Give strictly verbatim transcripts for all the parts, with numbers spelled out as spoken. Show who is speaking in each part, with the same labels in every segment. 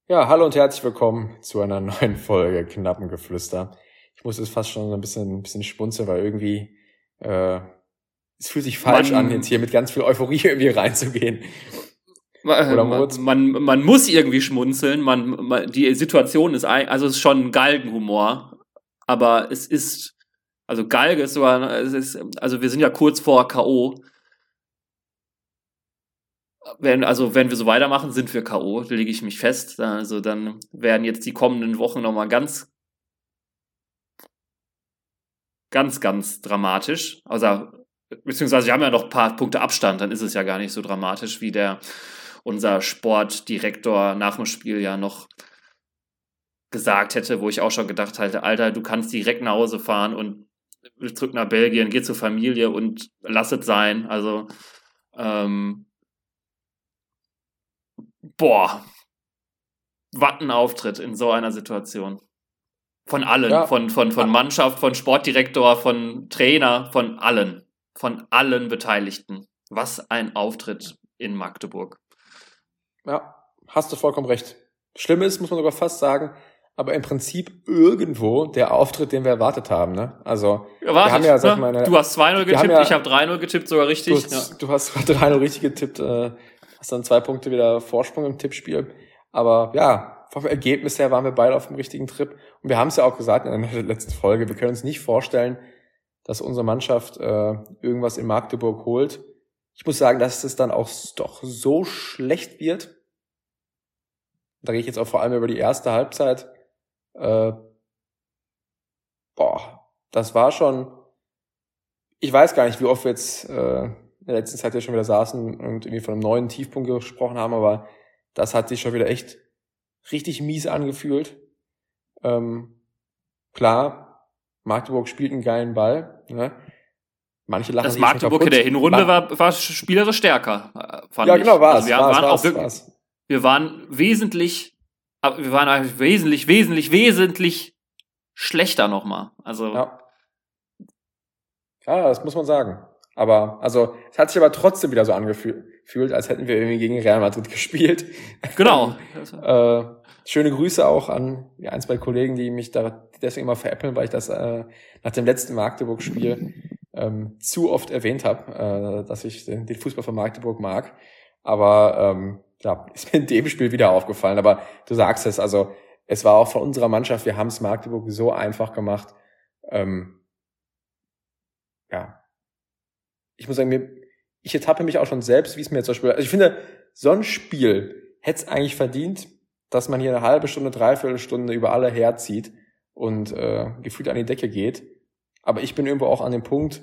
Speaker 1: Ja, hallo und herzlich willkommen zu einer neuen Folge Knappengeflüster. Ich muss jetzt fast schon so ein bisschen, ein bisschen schmunzeln, weil irgendwie äh, es fühlt sich falsch
Speaker 2: Man-
Speaker 1: an, jetzt hier mit ganz viel Euphorie irgendwie reinzugehen. Oder Moritz?
Speaker 2: Man, man, man muss irgendwie schmunzeln. Man, man, die Situation ist, ein, also es ist schon Galgenhumor, aber es ist, also Galge ist sogar, es ist, also wir sind ja kurz vor K O. Wenn, also wenn wir so weitermachen, sind wir K O, da lege ich mich fest. Also dann werden jetzt die kommenden Wochen nochmal ganz, ganz, ganz dramatisch. Also, beziehungsweise wir haben ja noch ein paar Punkte Abstand, dann ist es ja gar nicht so dramatisch, wie der unser Sportdirektor nach dem Spiel ja noch gesagt hätte, wo ich auch schon gedacht hatte, Alter, du kannst direkt nach Hause fahren und zurück nach Belgien, geh zur Familie und lass es sein. Also, ähm, boah, was ein Auftritt in so einer Situation. Von allen,
Speaker 1: Ja.
Speaker 2: von, von, von Mannschaft, von Sportdirektor, von Trainer, von allen. Von allen Beteiligten. Was ein Auftritt in Magdeburg.
Speaker 1: Ja, hast du vollkommen recht. Schlimm ist, muss man sogar fast sagen, aber im Prinzip irgendwo der Auftritt, den wir erwartet haben. Ne? Also
Speaker 2: Ja, warte,
Speaker 1: wir haben ja, sag ich
Speaker 2: ne?
Speaker 1: mal,
Speaker 2: Du hast zwei null
Speaker 1: wir haben
Speaker 2: getippt,
Speaker 1: ja-
Speaker 2: ich habe drei null getippt, sogar
Speaker 1: Du
Speaker 2: richtig.
Speaker 1: hast,
Speaker 2: Ja.
Speaker 1: du hast drei null richtig getippt, äh, hast dann zwei Punkte wieder Vorsprung im Tippspiel. Aber ja, vom Ergebnis her waren wir beide auf dem richtigen Trip. Und wir haben es ja auch gesagt in der letzten Folge, wir können uns nicht vorstellen, dass unsere Mannschaft äh, irgendwas in Magdeburg holt. Ich muss sagen, dass es dann auch doch so schlecht wird. Da gehe ich jetzt auch vor allem über die erste Halbzeit. Äh, boah, das war schon... Ich weiß gar nicht, wie oft wir jetzt äh, in der letzten Zeit ja schon wieder saßen und irgendwie von einem neuen Tiefpunkt gesprochen haben, aber das hat sich schon wieder echt richtig mies angefühlt. Ähm, klar, Magdeburg spielt einen geilen Ball. Ne? Manche lachen
Speaker 2: Das
Speaker 1: sich schon
Speaker 2: Magdeburg in
Speaker 1: kaputt.
Speaker 2: der Hinrunde
Speaker 1: Ma-
Speaker 2: war, war spielerisch stärker, äh, fand
Speaker 1: Ja,
Speaker 2: ich.
Speaker 1: genau, war es.
Speaker 2: Also wir
Speaker 1: war es,
Speaker 2: waren
Speaker 1: war
Speaker 2: auch
Speaker 1: es,
Speaker 2: wirklich,
Speaker 1: war es.
Speaker 2: wir waren wesentlich, aber wir waren eigentlich wesentlich, wesentlich, wesentlich schlechter nochmal. Also,
Speaker 1: Ja. Ja, das muss man sagen. Aber, also, es hat sich aber trotzdem wieder so angefühlt, als hätten wir irgendwie gegen Real Madrid gespielt.
Speaker 2: genau.
Speaker 1: äh, schöne Grüße auch an ja, ein, zwei Kollegen, die mich da deswegen immer veräppeln, weil ich das äh, nach dem letzten Magdeburg-Spiel ähm, zu oft erwähnt habe, äh, dass ich den, den Fußball von Magdeburg mag. Aber ähm, ja, ist mir in dem Spiel wieder aufgefallen. Aber du sagst es, also es war auch von unserer Mannschaft, wir haben es Magdeburg so einfach gemacht. Ähm, ja, ich muss sagen, mir, ich ertappe mich auch schon selbst, wie es mir zum Beispiel, also ich finde, so ein Spiel hätte es eigentlich verdient, dass man hier eine halbe Stunde, dreiviertel Stunde über alle herzieht und äh, gefühlt an die Decke geht. Aber ich bin irgendwo auch an dem Punkt,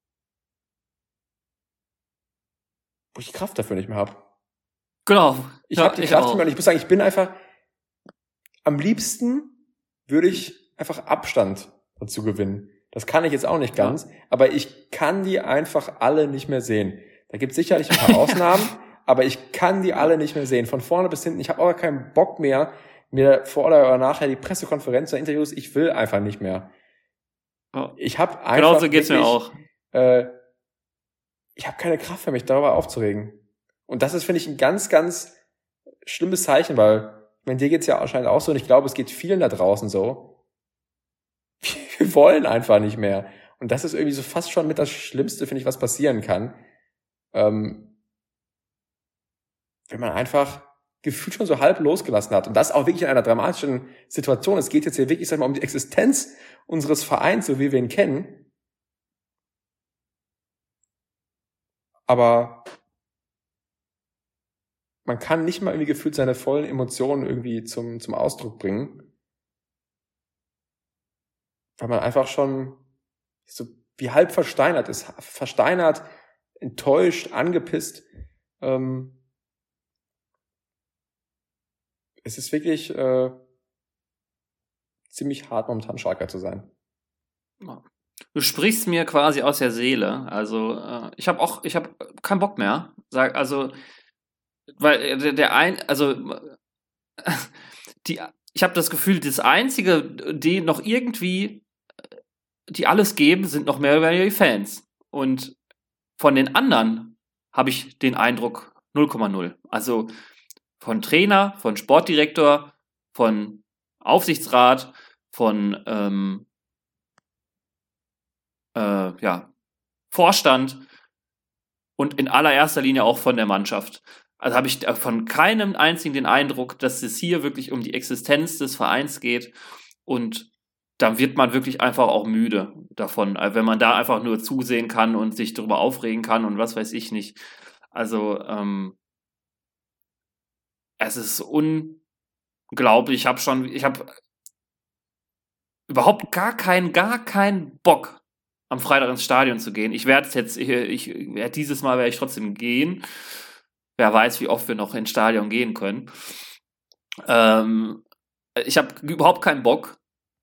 Speaker 1: wo ich die Kraft dafür nicht mehr habe.
Speaker 2: Genau.
Speaker 1: Ich
Speaker 2: Ja,
Speaker 1: habe die
Speaker 2: ich
Speaker 1: Kraft
Speaker 2: auch.
Speaker 1: nicht mehr und ich muss sagen, ich bin einfach, am liebsten würde ich einfach Abstand dazu gewinnen. Das kann ich jetzt auch nicht ganz, ja. Aber ich kann die einfach alle nicht mehr sehen. Da gibt es sicherlich ein paar Ausnahmen, aber ich kann die alle nicht mehr sehen. Von vorne bis hinten. Ich habe auch keinen Bock mehr, mir vor oder nachher die Pressekonferenz oder Interviews, ich will einfach nicht mehr.
Speaker 2: Ja.
Speaker 1: Ich habe einfach
Speaker 2: Genau so geht's
Speaker 1: wirklich,
Speaker 2: mir auch.
Speaker 1: Äh, ich habe keine Kraft für mich, darüber aufzuregen. Und das ist, finde ich, ein ganz, ganz schlimmes Zeichen, weil, ich meine, dir geht's ja anscheinend auch so und ich glaube, es geht vielen da draußen so. Wir wollen einfach nicht mehr. Und das ist irgendwie so fast schon mit das Schlimmste, finde ich, was passieren kann. Ähm, wenn man einfach gefühlt schon so halb losgelassen hat. Und das auch wirklich in einer dramatischen Situation. Es geht jetzt hier wirklich, sag mal, um die Existenz unseres Vereins, so wie wir ihn kennen. Aber man kann nicht mal irgendwie gefühlt seine vollen Emotionen irgendwie zum, zum Ausdruck bringen. Weil man einfach schon so wie halb versteinert ist. Versteinert, enttäuscht, angepisst. Ähm, es ist wirklich äh, ziemlich hart, momentan Schalker zu sein.
Speaker 2: Du sprichst mir quasi aus der Seele. Also äh, ich habe auch, ich habe keinen Bock mehr. Sag, also, weil der, der ein, also die, ich habe das Gefühl, das Einzige, die noch irgendwie, die alles geben, sind noch mehr über die Fans. Und von den anderen habe ich den Eindruck null Komma null. Also von Trainer, von Sportdirektor, von Aufsichtsrat, von ähm, äh, ja, Vorstand und in allererster Linie auch von der Mannschaft. Also habe ich von keinem einzigen den Eindruck, dass es hier wirklich um die Existenz des Vereins geht, und dann wird man wirklich einfach auch müde davon, wenn man da einfach nur zusehen kann und sich darüber aufregen kann und was weiß ich nicht. Also ähm, es ist unglaublich. Ich habe schon, ich habe überhaupt gar keinen, gar keinen Bock, am Freitag ins Stadion zu gehen. Ich werde jetzt, ich, ich werde dieses Mal werde ich trotzdem gehen. Wer weiß, wie oft wir noch ins Stadion gehen können. Ähm, ich habe überhaupt keinen Bock.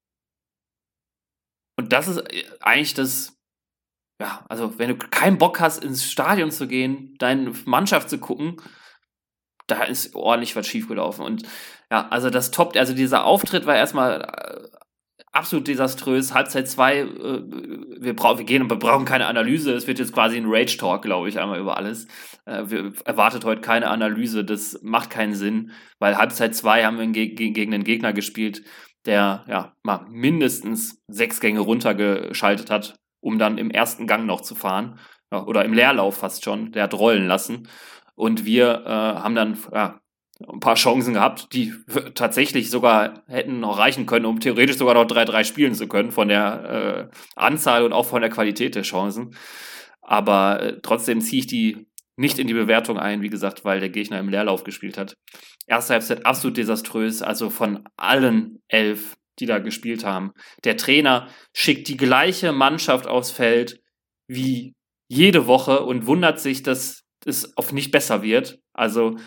Speaker 2: Und das ist eigentlich das, ja, also wenn du keinen Bock hast, ins Stadion zu gehen, deine Mannschaft zu gucken, da ist ordentlich was schiefgelaufen. Und ja, also das Top, also dieser Auftritt war erstmal äh, absolut desaströs. Halbzeit zwei, äh, wir, brauch, wir gehen und wir brauchen keine Analyse. Es wird jetzt quasi ein Rage-Talk, glaube ich, einmal über alles. Äh, wir erwartet heute keine Analyse, das macht keinen Sinn, weil Halbzeit zwei haben wir ge- ge- gegen einen Gegner gespielt, der ja mal mindestens sechs Gänge runtergeschaltet hat, um dann im ersten Gang noch zu fahren. Ja, oder im Leerlauf fast schon. Der hat rollen lassen. Und wir äh, haben dann ja, ein paar Chancen gehabt, die tatsächlich sogar hätten noch reichen können, um theoretisch sogar noch drei drei spielen zu können, von der äh, Anzahl und auch von der Qualität der Chancen. Aber äh, trotzdem ziehe ich die nicht in die Bewertung ein, wie gesagt, weil der Gegner im Leerlauf gespielt hat. Erste Halbzeit absolut desaströs, also von allen elf, die da gespielt haben. Der Trainer schickt die gleiche Mannschaft aufs Feld wie jede Woche und wundert sich, dass es oft nicht besser wird. Also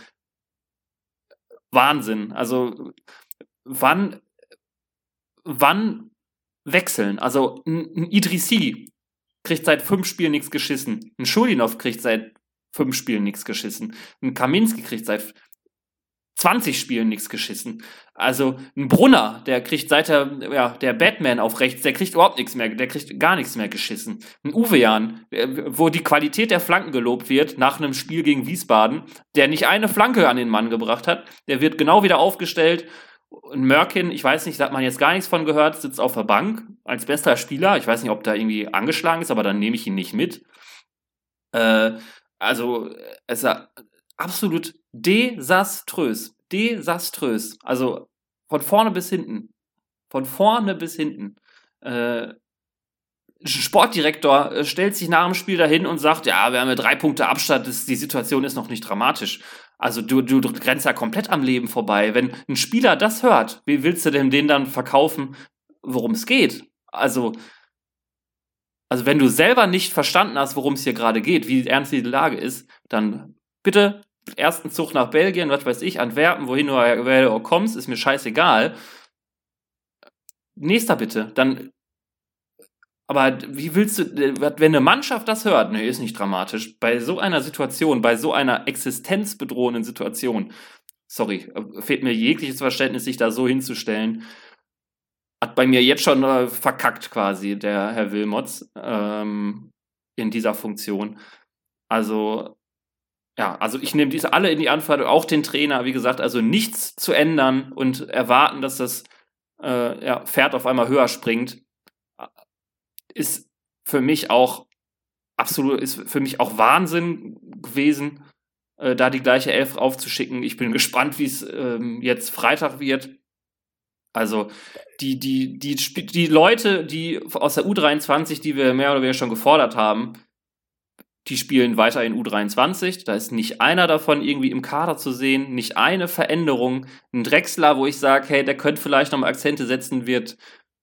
Speaker 2: Wahnsinn. Also wann, wann wechseln? Also ein, ein Idrissi kriegt seit fünf Spielen nichts geschissen. Ein Schulinov kriegt seit fünf Spielen nichts geschissen. Ein Kaminski kriegt seit zwanzig Spielen nichts geschissen. Also ein Brunner, der kriegt seit der, ja, der Batman auf rechts, der kriegt überhaupt nichts mehr, der kriegt gar nichts mehr geschissen. Ein Uwejan, wo die Qualität der Flanken gelobt wird, nach einem Spiel gegen Wiesbaden, der nicht eine Flanke an den Mann gebracht hat, der wird genau wieder aufgestellt. Und Mörkin, ich weiß nicht, da hat man jetzt gar nichts von gehört, sitzt auf der Bank als bester Spieler. Ich weiß nicht, ob da irgendwie angeschlagen ist, aber dann nehme ich ihn nicht mit. Äh, also, es ist absolut desaströs. Desaströs. Also, von vorne bis hinten. Von vorne bis hinten. Äh, Sportdirektor stellt sich nach dem Spiel dahin und sagt, ja, wir haben ja drei Punkte Abstand, das, die Situation ist noch nicht dramatisch. Also du, du grenzt ja komplett am Leben vorbei. Wenn ein Spieler das hört, wie willst du denn den dann verkaufen, worum es geht? Also, also wenn du selber nicht verstanden hast, worum es hier gerade geht, wie ernst die Lage ist, dann bitte ersten Zug nach Belgien, was weiß ich, Antwerpen, wohin du, woher du kommst, ist mir scheißegal. Nächster bitte, dann. Aber wie willst du, wenn eine Mannschaft das hört, nee, ist nicht dramatisch, bei so einer Situation, bei so einer existenzbedrohenden Situation, sorry, fehlt mir jegliches Verständnis, sich da so hinzustellen, hat bei mir jetzt schon äh, verkackt quasi, der Herr Wilmots, ähm, in dieser Funktion. Also, ja, also ich nehme diese alle in die Anfrage, auch den Trainer, wie gesagt, also nichts zu ändern und erwarten, dass das äh, ja, Pferd auf einmal höher springt, ist für mich auch absolut, ist für mich auch Wahnsinn gewesen, äh, da die gleiche Elf aufzuschicken. Ich bin gespannt, wie es ähm, jetzt Freitag wird. Also die, die, die, die Leute, die aus der U dreiundzwanzig, die wir mehr oder weniger schon gefordert haben, die spielen weiter in U dreiundzwanzig. Da ist nicht einer davon irgendwie im Kader zu sehen, nicht eine Veränderung. Ein Drechsler, wo ich sage, hey, der könnte vielleicht nochmal Akzente setzen, wird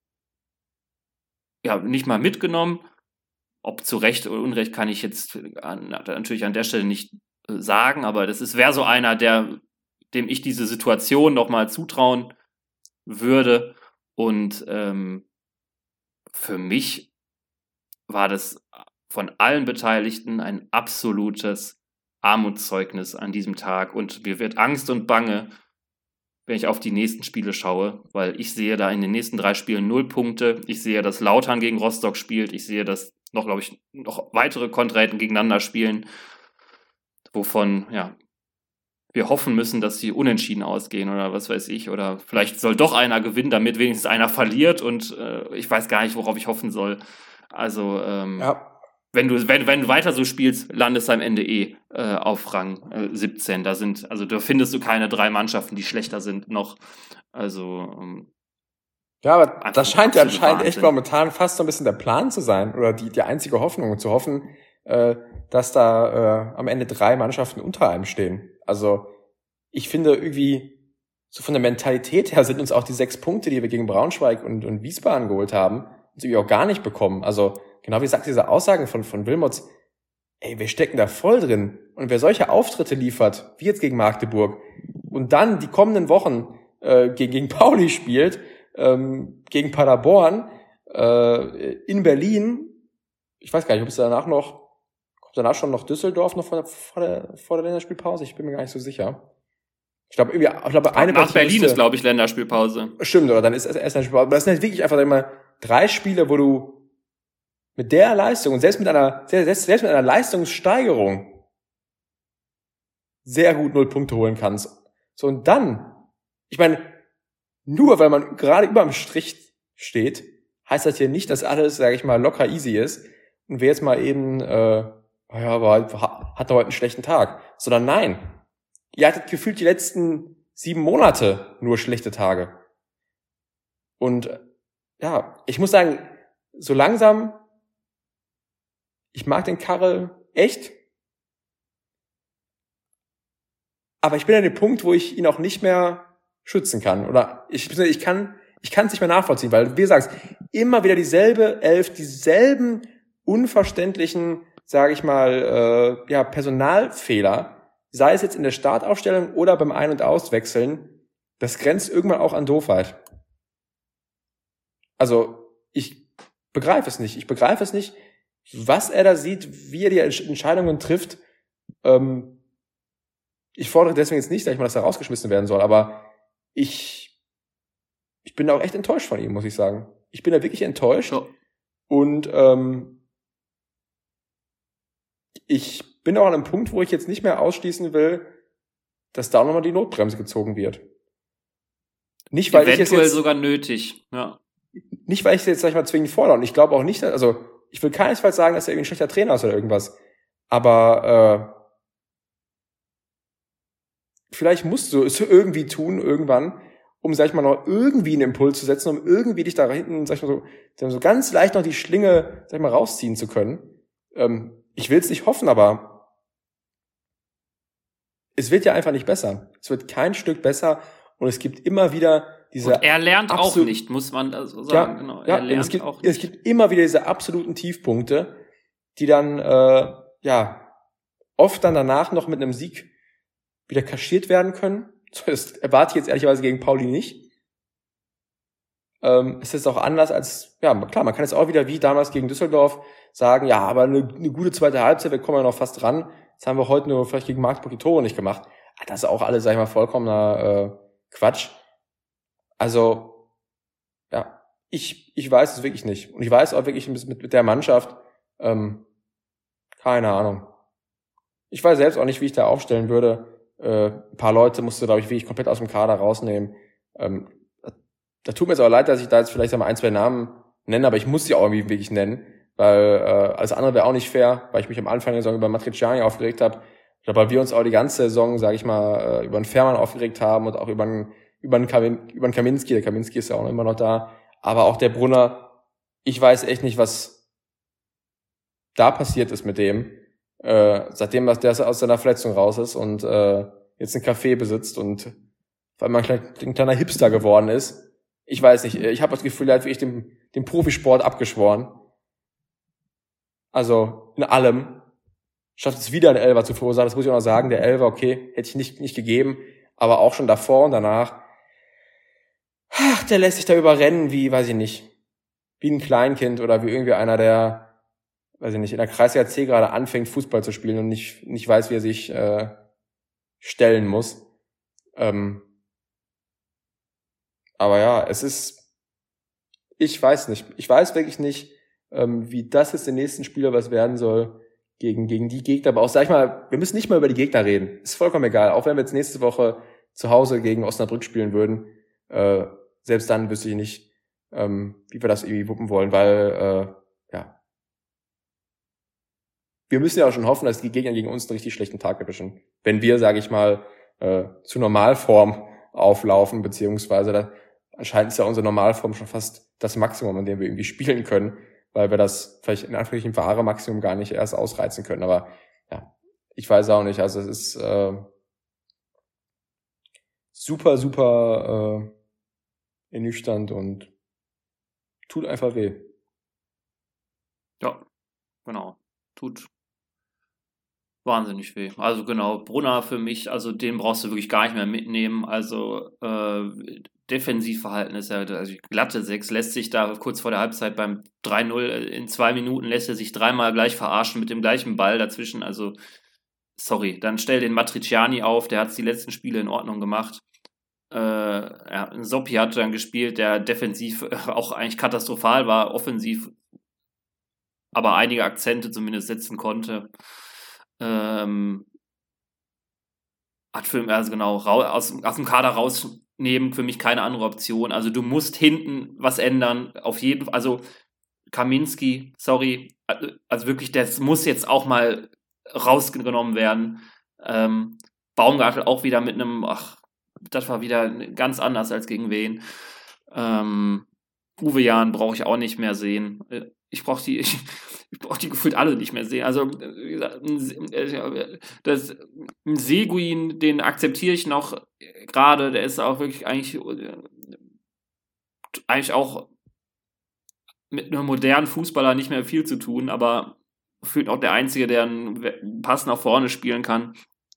Speaker 2: ja nicht mal mitgenommen. Ob zu Recht oder Unrecht kann ich jetzt an, natürlich an der Stelle nicht äh, sagen, aber das ist wäre so einer, der, dem ich diese Situation nochmal zutrauen würde. Und ähm, für mich war das von allen Beteiligten ein absolutes Armutszeugnis an diesem Tag. Und mir wird Angst und Bange, wenn ich auf die nächsten Spiele schaue, weil ich sehe da in den nächsten drei Spielen null Punkte. Ich sehe, dass Lautern gegen Rostock spielt. Ich sehe, dass noch, glaube ich, noch weitere Kontrahenten gegeneinander spielen, wovon, ja, wir hoffen müssen, dass sie unentschieden ausgehen oder was weiß ich. Oder vielleicht soll doch einer gewinnen, damit wenigstens einer verliert und äh, ich weiß gar nicht, worauf ich hoffen soll. Also, ähm, ja. wenn, du, wenn, wenn du weiter so spielst, landest du am Ende eh äh, auf Rang äh, siebzehn. Da sind, also da findest du keine drei Mannschaften, die schlechter sind noch. Also, ähm,
Speaker 1: ja, aber das scheint ja anscheinend Wahnsinn. Echt momentan fast so ein bisschen der Plan zu sein oder die, die einzige Hoffnung, zu hoffen, äh, dass da äh, am Ende drei Mannschaften unter einem stehen. Also ich finde irgendwie, so von der Mentalität her sind uns auch die sechs Punkte, die wir gegen Braunschweig und, und Wiesbaden geholt haben, uns irgendwie auch gar nicht bekommen. Also genau wie sagt diese Aussagen von, von Wilmots, ey, wir stecken da voll drin. Und wer solche Auftritte liefert, wie jetzt gegen Magdeburg, und dann die kommenden Wochen äh, gegen, gegen Pauli spielt, ähm, gegen Paderborn, äh, in Berlin, ich weiß gar nicht, ob es danach noch, kommt danach schon noch Düsseldorf noch vor der, vor der, vor der Länderspielpause? Ich bin mir gar nicht so sicher. Ich glaube, irgendwie, ich glaube, eine
Speaker 2: Nach Berlin müsste, ist, glaube ich, Länderspielpause.
Speaker 1: Stimmt, oder dann ist es erst Länderspielpause. Aber das sind halt wirklich einfach immer drei Spiele, wo du mit der Leistung und selbst mit einer, selbst, selbst mit einer Leistungssteigerung sehr gut null Punkte holen kannst. So, und dann, ich meine, nur weil man gerade über dem Strich steht, heißt das hier nicht, dass alles, sage ich mal, locker easy ist und wer jetzt mal eben, äh, ja, aber hat heute einen schlechten Tag. Sondern nein, ihr hattet gefühlt die letzten sieben Monate nur schlechte Tage. Und ja, ich muss sagen, so langsam, ich mag den Karre echt, aber ich bin an dem Punkt, wo ich ihn auch nicht mehr schützen kann. Oder ich, ich kann ich kann es nicht mehr nachvollziehen, weil, wie gesagt, immer wieder dieselbe Elf, dieselben unverständlichen, sage ich mal, äh, ja, Personalfehler, sei es jetzt in der Startaufstellung oder beim Ein- und Auswechseln, das grenzt irgendwann auch an Doofheit. Also, ich begreife es nicht. Ich begreife es nicht, was er da sieht, wie er die Entscheidungen trifft. Ähm, ich fordere deswegen jetzt nicht, sag ich mal, dass er rausgeschmissen werden soll, aber ich, ich bin auch echt enttäuscht von ihm, muss ich sagen. Ich bin da wirklich enttäuscht. Ja. Und ähm, ich bin auch an einem Punkt, wo ich jetzt nicht mehr ausschließen will, dass da nochmal die Notbremse gezogen wird. Nicht, weil
Speaker 2: Eventuell
Speaker 1: ich es jetzt
Speaker 2: sogar nötig, ja.
Speaker 1: Nicht, weil ich es jetzt, sag ich mal, zwingend fordere. Und ich glaube auch nicht, dass, also ich will keinesfalls sagen, dass er irgendwie ein schlechter Trainer ist oder irgendwas. Aber äh, vielleicht musst du es irgendwie tun, irgendwann, um, sag ich mal, noch irgendwie einen Impuls zu setzen, um irgendwie dich da hinten, sag ich mal, so, so ganz leicht noch die Schlinge, sag ich mal, rausziehen zu können. Ähm, ich will es nicht hoffen, aber es wird ja einfach nicht besser. Es wird kein Stück besser und es gibt immer wieder diese...
Speaker 2: Und er lernt absolut, auch nicht, muss man also sagen.
Speaker 1: Ja,
Speaker 2: genau. Er
Speaker 1: ja,
Speaker 2: lernt
Speaker 1: es gibt,
Speaker 2: auch nicht.
Speaker 1: Es gibt immer wieder diese absoluten Tiefpunkte, die dann, äh, ja, oft dann danach noch mit einem Sieg wieder kaschiert werden können. Das erwarte ich jetzt ehrlicherweise gegen Pauli nicht. Ähm, es ist auch anders als, ja, klar, man kann jetzt auch wieder wie damals gegen Düsseldorf sagen, ja, aber eine, eine gute zweite Halbzeit, wir kommen ja noch fast ran. Das haben wir heute nur vielleicht gegen Magdeburg die Tore nicht gemacht. Das ist auch alles, sag ich mal, vollkommener äh, Quatsch. Also, ja, ich ich weiß es wirklich nicht. Und ich weiß auch wirklich mit, mit der Mannschaft, ähm, keine Ahnung. Ich weiß selbst auch nicht, wie ich da aufstellen würde. Äh, ein paar Leute musste, glaube ich, wirklich komplett aus dem Kader rausnehmen. Ähm, da tut mir jetzt aber leid, dass ich da jetzt vielleicht einmal ein, zwei Namen nenne, aber ich muss sie auch irgendwie wirklich nennen, weil äh, alles andere wäre auch nicht fair, weil ich mich am Anfang der Saison über Matriciani aufgeregt habe. Weil wir uns auch die ganze Saison, sage ich mal, über einen Fährmann aufgeregt haben und auch über einen, über einen, Kamin, über einen Kaminski. Der Kaminski ist ja auch immer noch da. Aber auch der Brunner, ich weiß echt nicht, was da passiert ist mit dem. Äh, seitdem der aus seiner Verletzung raus ist und äh, jetzt ein Café besitzt und auf einmal ein kleiner, ein kleiner Hipster geworden ist. Ich weiß nicht, ich habe das Gefühl, er hat wirklich dem, dem Profisport abgeschworen. Also in allem. Schafft es wieder, einen Elfer zu verursachen. Das muss ich auch noch sagen. Der Elfer, okay, hätte ich nicht nicht gegeben. Aber auch schon davor und danach. Ach, der lässt sich da überrennen wie, weiß ich nicht, wie ein Kleinkind oder wie irgendwie einer, der, weiß ich nicht, in der Kreisliga C gerade anfängt, Fußball zu spielen und nicht nicht weiß, wie er sich äh, stellen muss. Ähm, aber ja, es ist, ich weiß nicht. Ich weiß wirklich nicht, ähm, wie das jetzt den nächsten Spieler was werden soll. gegen, gegen die Gegner. Aber auch, sag ich mal, wir müssen nicht mal über die Gegner reden. Ist vollkommen egal. Auch wenn wir jetzt nächste Woche zu Hause gegen Osnabrück spielen würden, äh, selbst dann wüsste ich nicht, ähm, wie wir das irgendwie wuppen wollen, weil, äh, ja, wir müssen ja auch schon hoffen, dass die Gegner gegen uns einen richtig schlechten Tag erwischen. Wenn wir, sage ich mal, äh, zu Normalform auflaufen, beziehungsweise da, anscheinend ist ja unsere Normalform schon fast das Maximum, an dem wir irgendwie spielen können, weil wir das vielleicht in Anführungszeichen wahre Maximum gar nicht erst ausreizen können. Aber ja, ich weiß auch nicht. Also es ist äh, super, super äh, ernüchternd und tut einfach weh.
Speaker 2: Ja, genau. Tut wahnsinnig weh. Also genau, Brunner für mich, also den brauchst du wirklich gar nicht mehr mitnehmen. Also äh, Defensivverhalten ist ja, also glatte sechs, lässt sich da kurz vor der Halbzeit beim drei null in zwei Minuten lässt er sich dreimal gleich verarschen mit dem gleichen Ball dazwischen. Also sorry, dann stell den Matriciani auf, der hat die letzten Spiele in Ordnung gemacht. Äh, ja, Soppi hat dann gespielt, der defensiv auch eigentlich katastrophal war, offensiv aber einige Akzente zumindest setzen konnte. Ähm, hat für also genau raus, aus, aus dem Kader rausnehmen für mich keine andere Option. Also du musst hinten was ändern. Auf jeden Fall, also Kaminski, sorry, also wirklich, das muss jetzt auch mal rausgenommen werden. Ähm, Baumgartel auch wieder mit einem, ach, das war wieder ganz anders als gegen wen. Ähm, Uwe Jahn brauche ich auch nicht mehr sehen. Ich brauche die, ich, ich brauche die gefühlt alle nicht mehr sehen. Also, wie gesagt, das Seguin, den akzeptiere ich noch gerade, der ist auch wirklich eigentlich, eigentlich auch mit einem modernen Fußballer nicht mehr viel zu tun, aber gefühlt auch der Einzige, der einen Pass nach vorne spielen kann.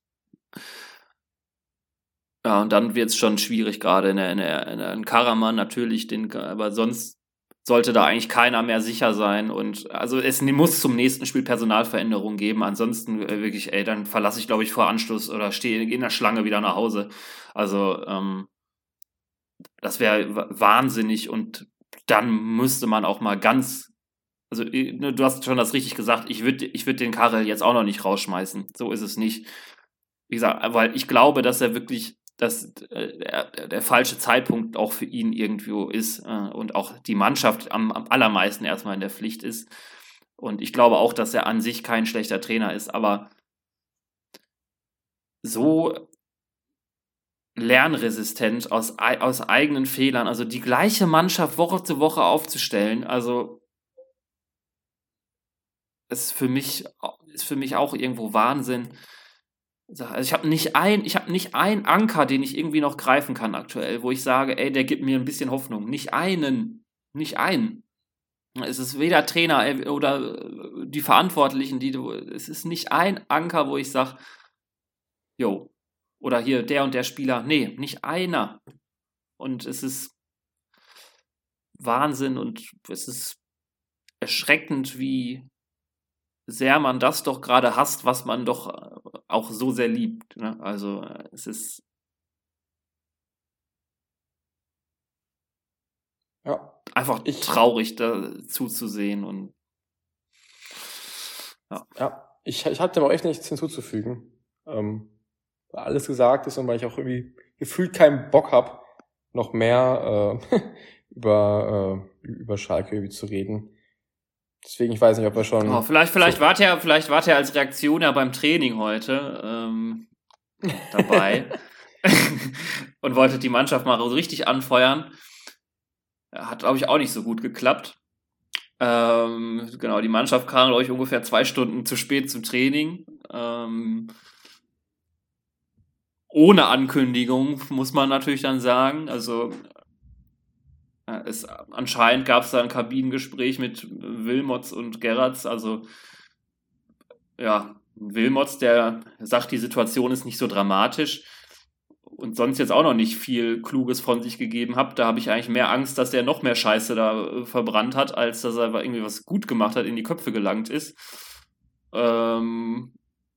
Speaker 2: Ja, und dann wird es schon schwierig, gerade in der, in der, in der in Karaman natürlich, den, aber sonst sollte da eigentlich keiner mehr sicher sein. Und also es muss zum nächsten Spiel Personalveränderungen geben. Ansonsten äh, wirklich, ey, dann verlasse ich, glaube ich, vor Anschluss oder stehe in der Schlange wieder nach Hause. Also ähm, das wäre wahnsinnig und dann müsste man auch mal ganz, also du hast schon das richtig gesagt, ich würde ich würd den Karel jetzt auch noch nicht rausschmeißen. So ist es nicht. Wie gesagt, weil ich glaube, dass er wirklich dass der, der falsche Zeitpunkt auch für ihn irgendwo ist äh, und auch die Mannschaft am, am allermeisten erstmal in der Pflicht ist. Und ich glaube auch, dass er an sich kein schlechter Trainer ist, aber so lernresistent aus, aus eigenen Fehlern, also die gleiche Mannschaft Woche zu Woche aufzustellen, also ist für mich, ist für mich auch irgendwo Wahnsinn. Also ich habe nicht ein, ich habe nicht einen Anker, den ich irgendwie noch greifen kann aktuell, wo ich sage, ey, der gibt mir ein bisschen Hoffnung. Nicht einen, nicht einen. Es ist weder Trainer oder die Verantwortlichen, die du, es ist nicht ein Anker, wo ich sage, jo, oder hier der und der Spieler, nee, nicht einer. Und es ist Wahnsinn und es ist erschreckend, wie sehr man das doch gerade hasst, was man doch auch so sehr liebt. Ne? Also es ist
Speaker 1: ja,
Speaker 2: einfach
Speaker 1: ich,
Speaker 2: traurig, da zuzusehen. Und
Speaker 1: ja, ja ich, ich hatte dem auch echt nichts hinzuzufügen. Ähm, weil alles gesagt ist und weil ich auch irgendwie gefühlt keinen Bock habe, noch mehr äh, über, äh, über Schalke irgendwie zu reden. Deswegen, ich weiß nicht, ob er schon...
Speaker 2: Oh, vielleicht vielleicht so wart er vielleicht wart er als Reaktion ja beim Training heute ähm, dabei und wollte die Mannschaft mal so richtig anfeuern. Hat, glaube ich, auch nicht so gut geklappt. Ähm, genau, die Mannschaft kam, glaube ich, ungefähr zwei Stunden zu spät zum Training. Ähm, ohne Ankündigung, muss man natürlich dann sagen. Also Es, anscheinend gab es da ein Kabinengespräch mit Wilmots und Gerrards, also ja, Wilmots, der sagt, die Situation ist nicht so dramatisch und sonst jetzt auch noch nicht viel Kluges von sich gegeben hat. Da habe ich eigentlich mehr Angst, dass der noch mehr Scheiße da verbrannt hat, als dass er irgendwie was gut gemacht hat, in die Köpfe gelangt ist. Ähm,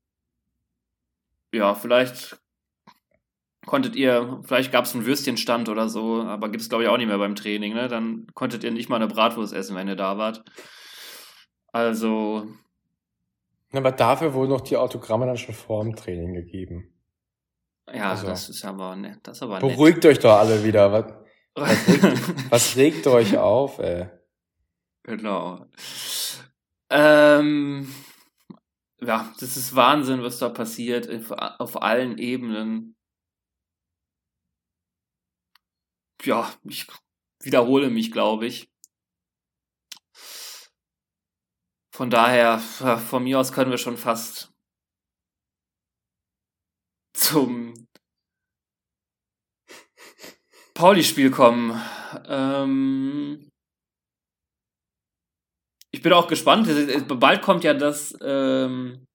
Speaker 2: ja, vielleicht konntet ihr, vielleicht gab es einen Würstchenstand oder so, aber gibt es, glaube ich, auch nicht mehr beim Training, ne? Dann konntet ihr nicht mal eine Bratwurst essen, wenn ihr da wart. Also,
Speaker 1: Aber dafür wurden noch die Autogramme dann schon vor dem Training gegeben.
Speaker 2: Ja, also, das ist aber nett. Das ist aber
Speaker 1: beruhigt nett. Euch doch alle wieder. Was, was, regt, was regt euch auf, ey?
Speaker 2: Genau. Ähm, ja, das ist Wahnsinn, was da passiert, auf allen Ebenen. Ja, ich wiederhole mich, glaube ich. Von daher, von mir aus können wir schon fast zum Pauli-Spiel kommen. Ähm ich bin auch gespannt. Bald kommt ja das ähm,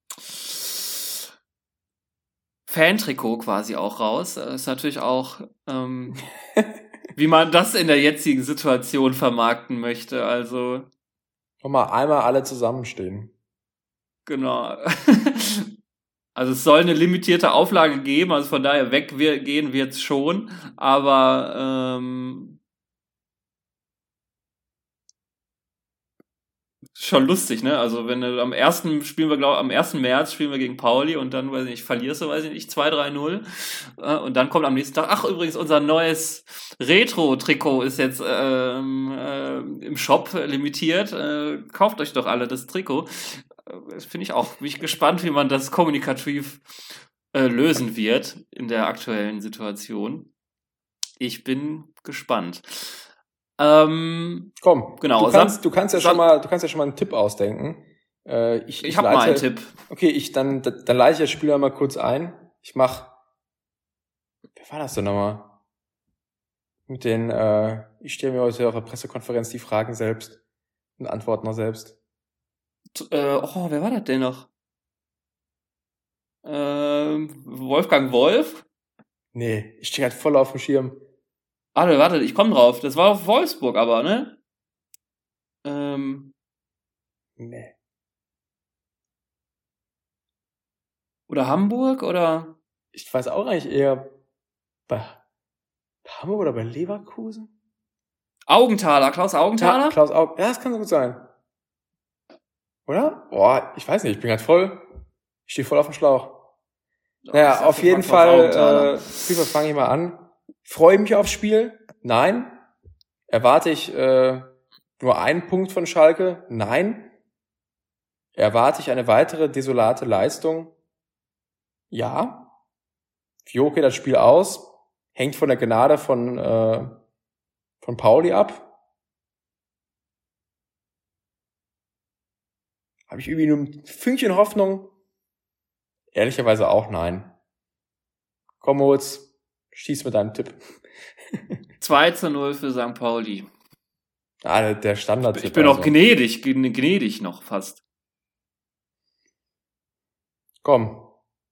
Speaker 2: Fan-Trikot quasi auch raus. Das ist natürlich auch, ähm, wie man das in der jetzigen Situation vermarkten möchte. Also
Speaker 1: Komm mal, einmal alle zusammenstehen.
Speaker 2: Genau. Also es soll eine limitierte Auflage geben, also von daher weggehen wird es schon, aber ähm, schon lustig, ne? Also wenn du am ersten spielen wir, glaube am ersten März spielen wir gegen Pauli und dann, weiß ich nicht, verlierst du, weiß ich nicht, zwei drei null äh, und dann kommt am nächsten Tag, ach übrigens, unser neues Retro-Trikot ist jetzt ähm, äh, im Shop limitiert, äh, kauft euch doch alle das Trikot. Das finde ich auch. Bin ich gespannt, wie man das kommunikativ äh, lösen wird in der aktuellen Situation. Ich bin gespannt. Ähm,
Speaker 1: Komm,
Speaker 2: genau.
Speaker 1: Du kannst, du kannst ja schon mal, du kannst ja schon mal einen Tipp ausdenken. Äh, ich
Speaker 2: ich
Speaker 1: ich
Speaker 2: habe mal einen Tipp.
Speaker 1: Okay, ich dann dann leite ich das Spieler mal kurz ein. Ich mach. Wer war das denn nochmal? Mit den. Äh, ich stelle mir heute auf der Pressekonferenz die Fragen selbst und antworte noch selbst.
Speaker 2: Äh, oh, wer war das denn noch? Ähm, Wolfgang Wolf?
Speaker 1: Nee, ich stehe halt voll auf dem Schirm.
Speaker 2: Warte, warte, ich komme drauf. Das war auf Wolfsburg aber, ne? Ähm.
Speaker 1: Nee.
Speaker 2: Oder Hamburg, oder?
Speaker 1: Ich weiß auch eigentlich eher bei Hamburg oder bei Leverkusen?
Speaker 2: Augenthaler, Klaus Augenthaler?
Speaker 1: Ja, Klaus Aug. Ja, das kann so gut sein. Oder? Boah, ich weiß nicht, ich bin halt voll, ich stehe voll auf dem Schlauch. Ja, naja, auf jeden Fall, äh, fange ich mal an. Freue mich aufs Spiel? Nein. Erwarte ich äh, nur einen Punkt von Schalke? Nein. Erwarte ich eine weitere desolate Leistung? Ja. Wie hoch geht das Spiel aus? Hängt von der Gnade von, äh, von Pauli ab. Habe ich irgendwie nur ein Fünkchen Hoffnung? Ehrlicherweise auch nein. Komm, Moritz, schieß mit deinem Tipp.
Speaker 2: zwei zu null für Sankt Pauli.
Speaker 1: Ah, der Standard-Tipp.
Speaker 2: Ich bin also auch gnädig, gnädig noch fast.
Speaker 1: Komm.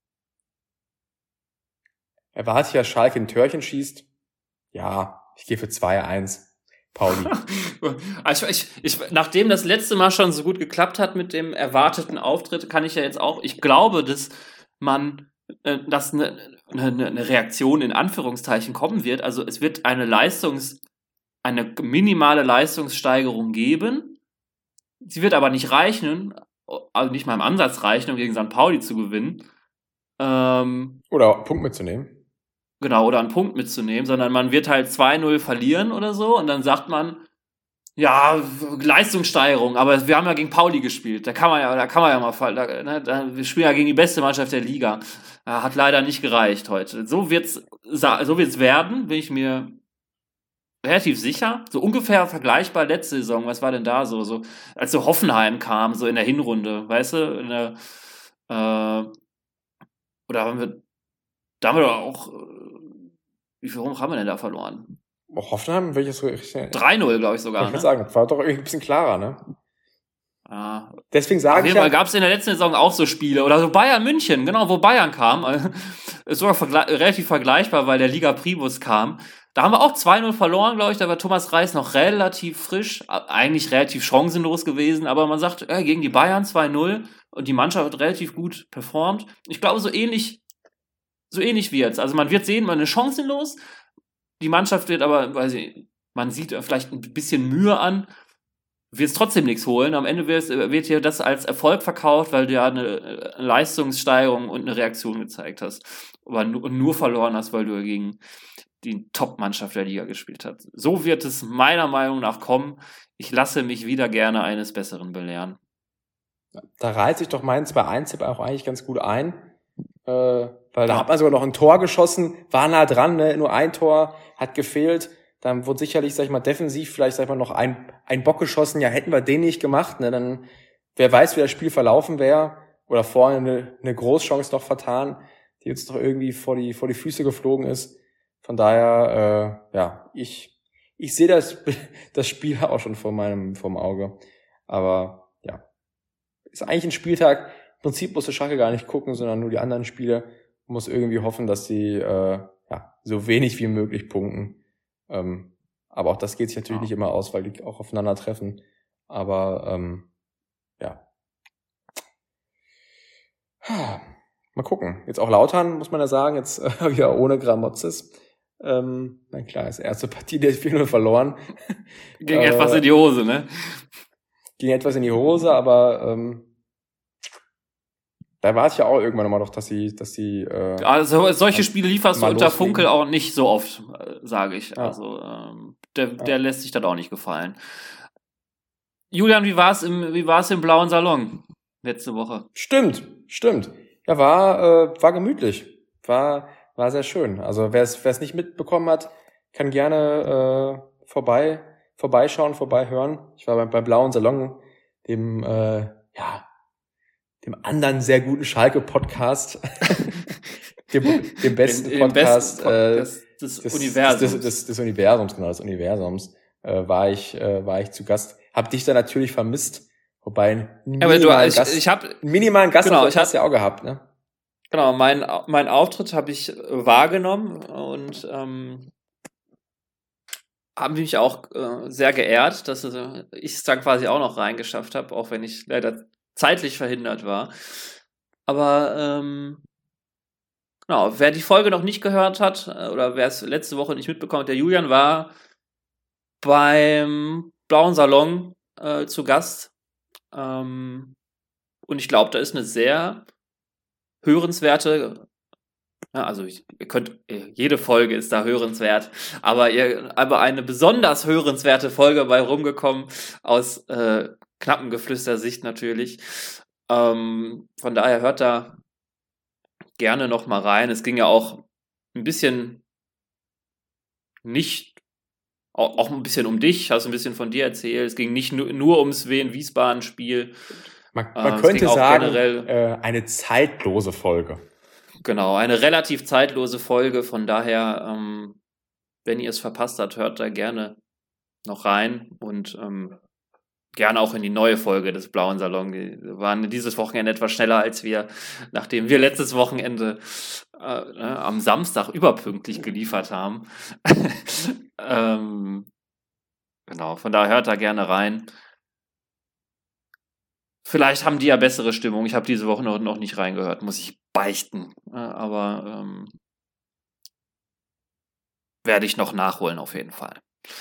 Speaker 1: Erwarte ich, dass Schalke ein Törchen schießt? Ja, ich gehe für zwei eins. Pauli.
Speaker 2: Also ich, ich, nachdem das letzte Mal schon so gut geklappt hat mit dem erwarteten Auftritt, kann ich ja jetzt auch, ich glaube, dass man, äh, dass eine, eine, eine Reaktion in Anführungszeichen kommen wird. Also es wird eine Leistungs, eine minimale Leistungssteigerung geben. Sie wird aber nicht reichen, also nicht mal im Ansatz reichen, um gegen Sankt Pauli zu gewinnen. Ähm,
Speaker 1: oder einen Punkt mitzunehmen.
Speaker 2: Genau, oder einen Punkt mitzunehmen, sondern man wird halt zwei null verlieren oder so und dann sagt man, ja, Leistungssteigerung, aber wir haben ja gegen Pauli gespielt, da kann man ja, da kann man ja mal, da, ne, da, wir spielen ja gegen die beste Mannschaft der Liga. Hat leider nicht gereicht heute. So wird's, so wird's werden, bin ich mir relativ sicher. So ungefähr vergleichbar letzte Saison, was war denn da so, so, als so Hoffenheim kam, so in der Hinrunde, weißt du, in der, äh, oder haben wir, da haben wir doch auch, wie viel rum haben wir denn da verloren?
Speaker 1: Oh, Hoffenheim, welches?
Speaker 2: drei null, glaube ich sogar.
Speaker 1: Ich würde ne? sagen, das war doch irgendwie ein bisschen klarer, ne?
Speaker 2: Ja.
Speaker 1: Deswegen sage ich. Auf
Speaker 2: jeden Fall gab es in der letzten Saison auch so Spiele. Oder so Bayern München, genau, wo Bayern kam. Ist sogar vergle- relativ vergleichbar, weil der Liga Primus kam. Da haben wir auch zwei null verloren, glaube ich. Da war Thomas Reis noch relativ frisch. Eigentlich relativ chancenlos gewesen. Aber man sagt, äh, gegen die Bayern zwei null. Und die Mannschaft hat relativ gut performt. Ich glaube, so ähnlich. So ähnlich wie jetzt. Also man wird sehen, man ist chancenlos. Die Mannschaft wird aber, weiß ich, man sieht vielleicht ein bisschen Mühe an. wirst trotzdem nichts holen. Am Ende wirst, wird dir das als Erfolg verkauft, weil du ja eine Leistungssteigerung und eine Reaktion gezeigt hast. Aber nur, nur verloren hast, weil du gegen die Top-Mannschaft der Liga gespielt hast. So wird es meiner Meinung nach kommen. Ich lasse mich wieder gerne eines Besseren belehren.
Speaker 1: Da reiht sich doch mein zwei eins Tipp auch eigentlich ganz gut ein. Äh, weil da ja. hat man sogar noch ein Tor geschossen, war nah dran, ne? Nur ein Tor hat gefehlt. Dann wurde sicherlich, sag ich mal, defensiv vielleicht, sag ich mal, noch ein, ein Bock geschossen. Ja, hätten wir den nicht gemacht, ne, dann, wer weiß, wie das Spiel verlaufen wäre. Oder vorne eine, eine Großchance noch vertan, die jetzt doch irgendwie vor die, vor die Füße geflogen ist. Von daher, äh, ja, ich, ich sehe das, das Spiel auch schon vor meinem, vorm Auge. Aber, ja. Ist eigentlich ein Spieltag. Im Prinzip musste Schalke gar nicht gucken, sondern nur die anderen Spiele. Man muss irgendwie hoffen, dass sie, äh, ja, so wenig wie möglich punkten. Ähm, aber auch das geht sich natürlich ja. nicht immer aus, weil die auch aufeinandertreffen. Aber ähm, ja. Mal gucken. Jetzt auch Lautern, muss man ja sagen, jetzt äh, wieder ohne Gramotzes. Ähm, na klar, ist erste Partie, der vier null verloren.
Speaker 2: Ging äh, etwas in die Hose, ne?
Speaker 1: Ging etwas in die Hose, aber ähm, da war es ja auch irgendwann nochmal doch, dass sie, dass sie. Äh,
Speaker 2: also solche Spiele lieferst du unter Funkel auch nicht so oft, äh, sage ich. Ja. Also ähm, der, ja. der lässt sich das auch nicht gefallen. Julian, wie war's im, wie war's im blauen Salon letzte Woche?
Speaker 1: Stimmt, stimmt. Ja, war, äh, war gemütlich, war, war sehr schön. Also wer es, wer es nicht mitbekommen hat, kann gerne äh, vorbei, vorbeischauen, vorbeihören. Ich war beim, beim blauen Salon, dem, äh, ja. dem anderen sehr guten Schalke-Podcast, dem, dem besten den, Podcast, besten
Speaker 2: Podcast äh, des, des Universums.
Speaker 1: Des, des, des Universums, genau, des Universums, äh, war ich, äh, war ich zu Gast. Hab dich da natürlich vermisst, wobei einen minimalen,
Speaker 2: ja, du, ich,
Speaker 1: Gast,
Speaker 2: ich hab,
Speaker 1: minimalen Gast
Speaker 2: genau,
Speaker 1: hast du ja auch gehabt, ne?
Speaker 2: Genau, mein, mein Auftritt habe ich wahrgenommen und ähm, habe mich auch äh, sehr geehrt, dass äh, ich es dann quasi auch noch reingeschafft habe, auch wenn ich leider zeitlich verhindert war. Aber ähm, genau, wer die Folge noch nicht gehört hat oder wer es letzte Woche nicht mitbekommen hat, der Julian war beim Blauen Salon äh, zu Gast. Ähm, und ich glaube, da ist eine sehr hörenswerte, ja, also ich, ihr könnt, jede Folge ist da hörenswert, aber, ihr, aber eine besonders hörenswerte Folge bei rumgekommen, aus äh, Knappengeflüster-Sicht natürlich. Ähm, von daher hört da gerne noch mal rein. Es ging ja auch ein bisschen nicht, auch, auch ein bisschen um dich, hast ein bisschen von dir erzählt. Es ging nicht nur, nur ums Wien-Wiesbaden-Spiel.
Speaker 1: Man, man äh, könnte sagen, generell, äh, eine zeitlose Folge.
Speaker 2: Genau, eine relativ zeitlose Folge. Von daher, ähm, wenn ihr es verpasst habt, hört da gerne noch rein und ähm, gerne auch in die neue Folge des Blauen Salon. Wir waren dieses Wochenende etwas schneller als wir, nachdem wir letztes Wochenende äh, äh, am Samstag überpünktlich geliefert haben. ähm, genau, von daher hört da gerne rein. Vielleicht haben die ja bessere Stimmung. Ich habe diese Woche noch, noch nicht reingehört, muss ich beichten. Aber ähm, werde ich noch nachholen auf jeden Fall.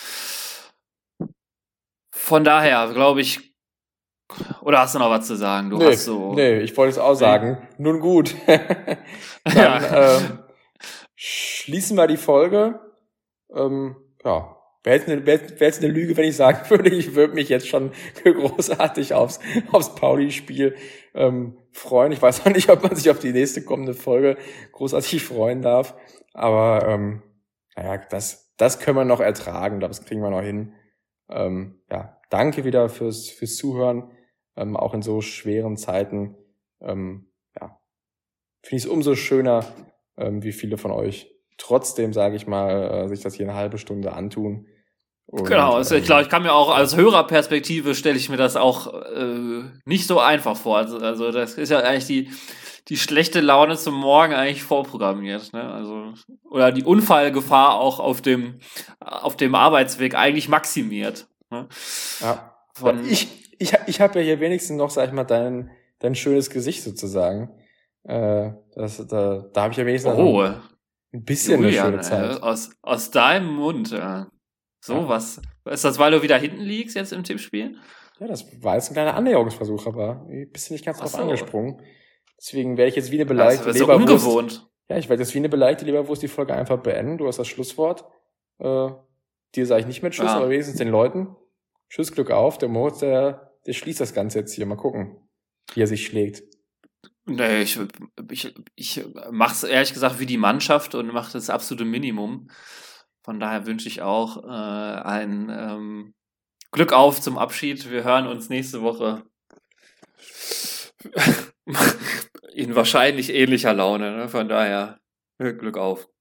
Speaker 2: Von daher, glaube ich, oder hast du noch was zu sagen? Du
Speaker 1: nee,
Speaker 2: hast so.
Speaker 1: Nee, ich wollte es auch sagen. Nee. Nun gut. Dann ja. ähm, schließen wir die Folge. Ähm, ja. Wäre jetzt, eine, wär, wär jetzt eine Lüge, wenn ich sagen würde, ich würde mich jetzt schon großartig aufs, aufs Pauli-Spiel ähm, freuen. Ich weiß auch nicht, ob man sich auf die nächste kommende Folge großartig freuen darf. Aber ähm, naja, das, das können wir noch ertragen. Das kriegen wir noch hin. Ähm, ja, danke wieder fürs, fürs Zuhören. Ähm, auch in so schweren Zeiten. Ähm, ja, finde ich es umso schöner, ähm, wie viele von euch trotzdem, sage ich mal, äh, sich das hier eine halbe Stunde antun.
Speaker 2: Und, genau, also ich glaube, ich kann mir auch als Hörerperspektive stelle ich mir das auch äh, nicht so einfach vor. Also, also das ist ja eigentlich die die schlechte Laune zum Morgen eigentlich vorprogrammiert, ne? Also oder die Unfallgefahr auch auf dem auf dem Arbeitsweg eigentlich maximiert. Ne?
Speaker 1: Ja. Von ich ich ich habe ja hier wenigstens noch, sag ich mal, dein dein schönes Gesicht sozusagen. Äh, das da da habe ich ja wenigstens
Speaker 2: oh.
Speaker 1: ein bisschen Julian, eine schöne Zeit.
Speaker 2: Äh, aus aus deinem Mund. Ja. So, ja. was? Ist das, weil du wieder hinten liegst jetzt im Tippspiel?
Speaker 1: Ja, das war jetzt ein kleiner Annäherungsversuch, aber bist du nicht ganz drauf so. angesprungen. Deswegen werde ich jetzt wie eine beleidigte
Speaker 2: das Leberwurst. So ungewohnt.
Speaker 1: Ja, ich werde jetzt wie eine beleidigte Leberwurst die Folge einfach beenden. Du hast das Schlusswort. Äh, dir sage ich nicht mehr Tschüss, ja. aber wenigstens den Leuten. Tschüss, Glück auf. Der Moritz, der, der schließt das Ganze jetzt hier. Mal gucken, wie er sich schlägt.
Speaker 2: Nee, ich, ich, ich mach's ehrlich gesagt wie die Mannschaft und mache das absolute Minimum. Von daher wünsche ich auch äh, ein ähm, Glück auf zum Abschied. Wir hören uns nächste Woche in wahrscheinlich ähnlicher Laune. Ne? Von daher Glück auf.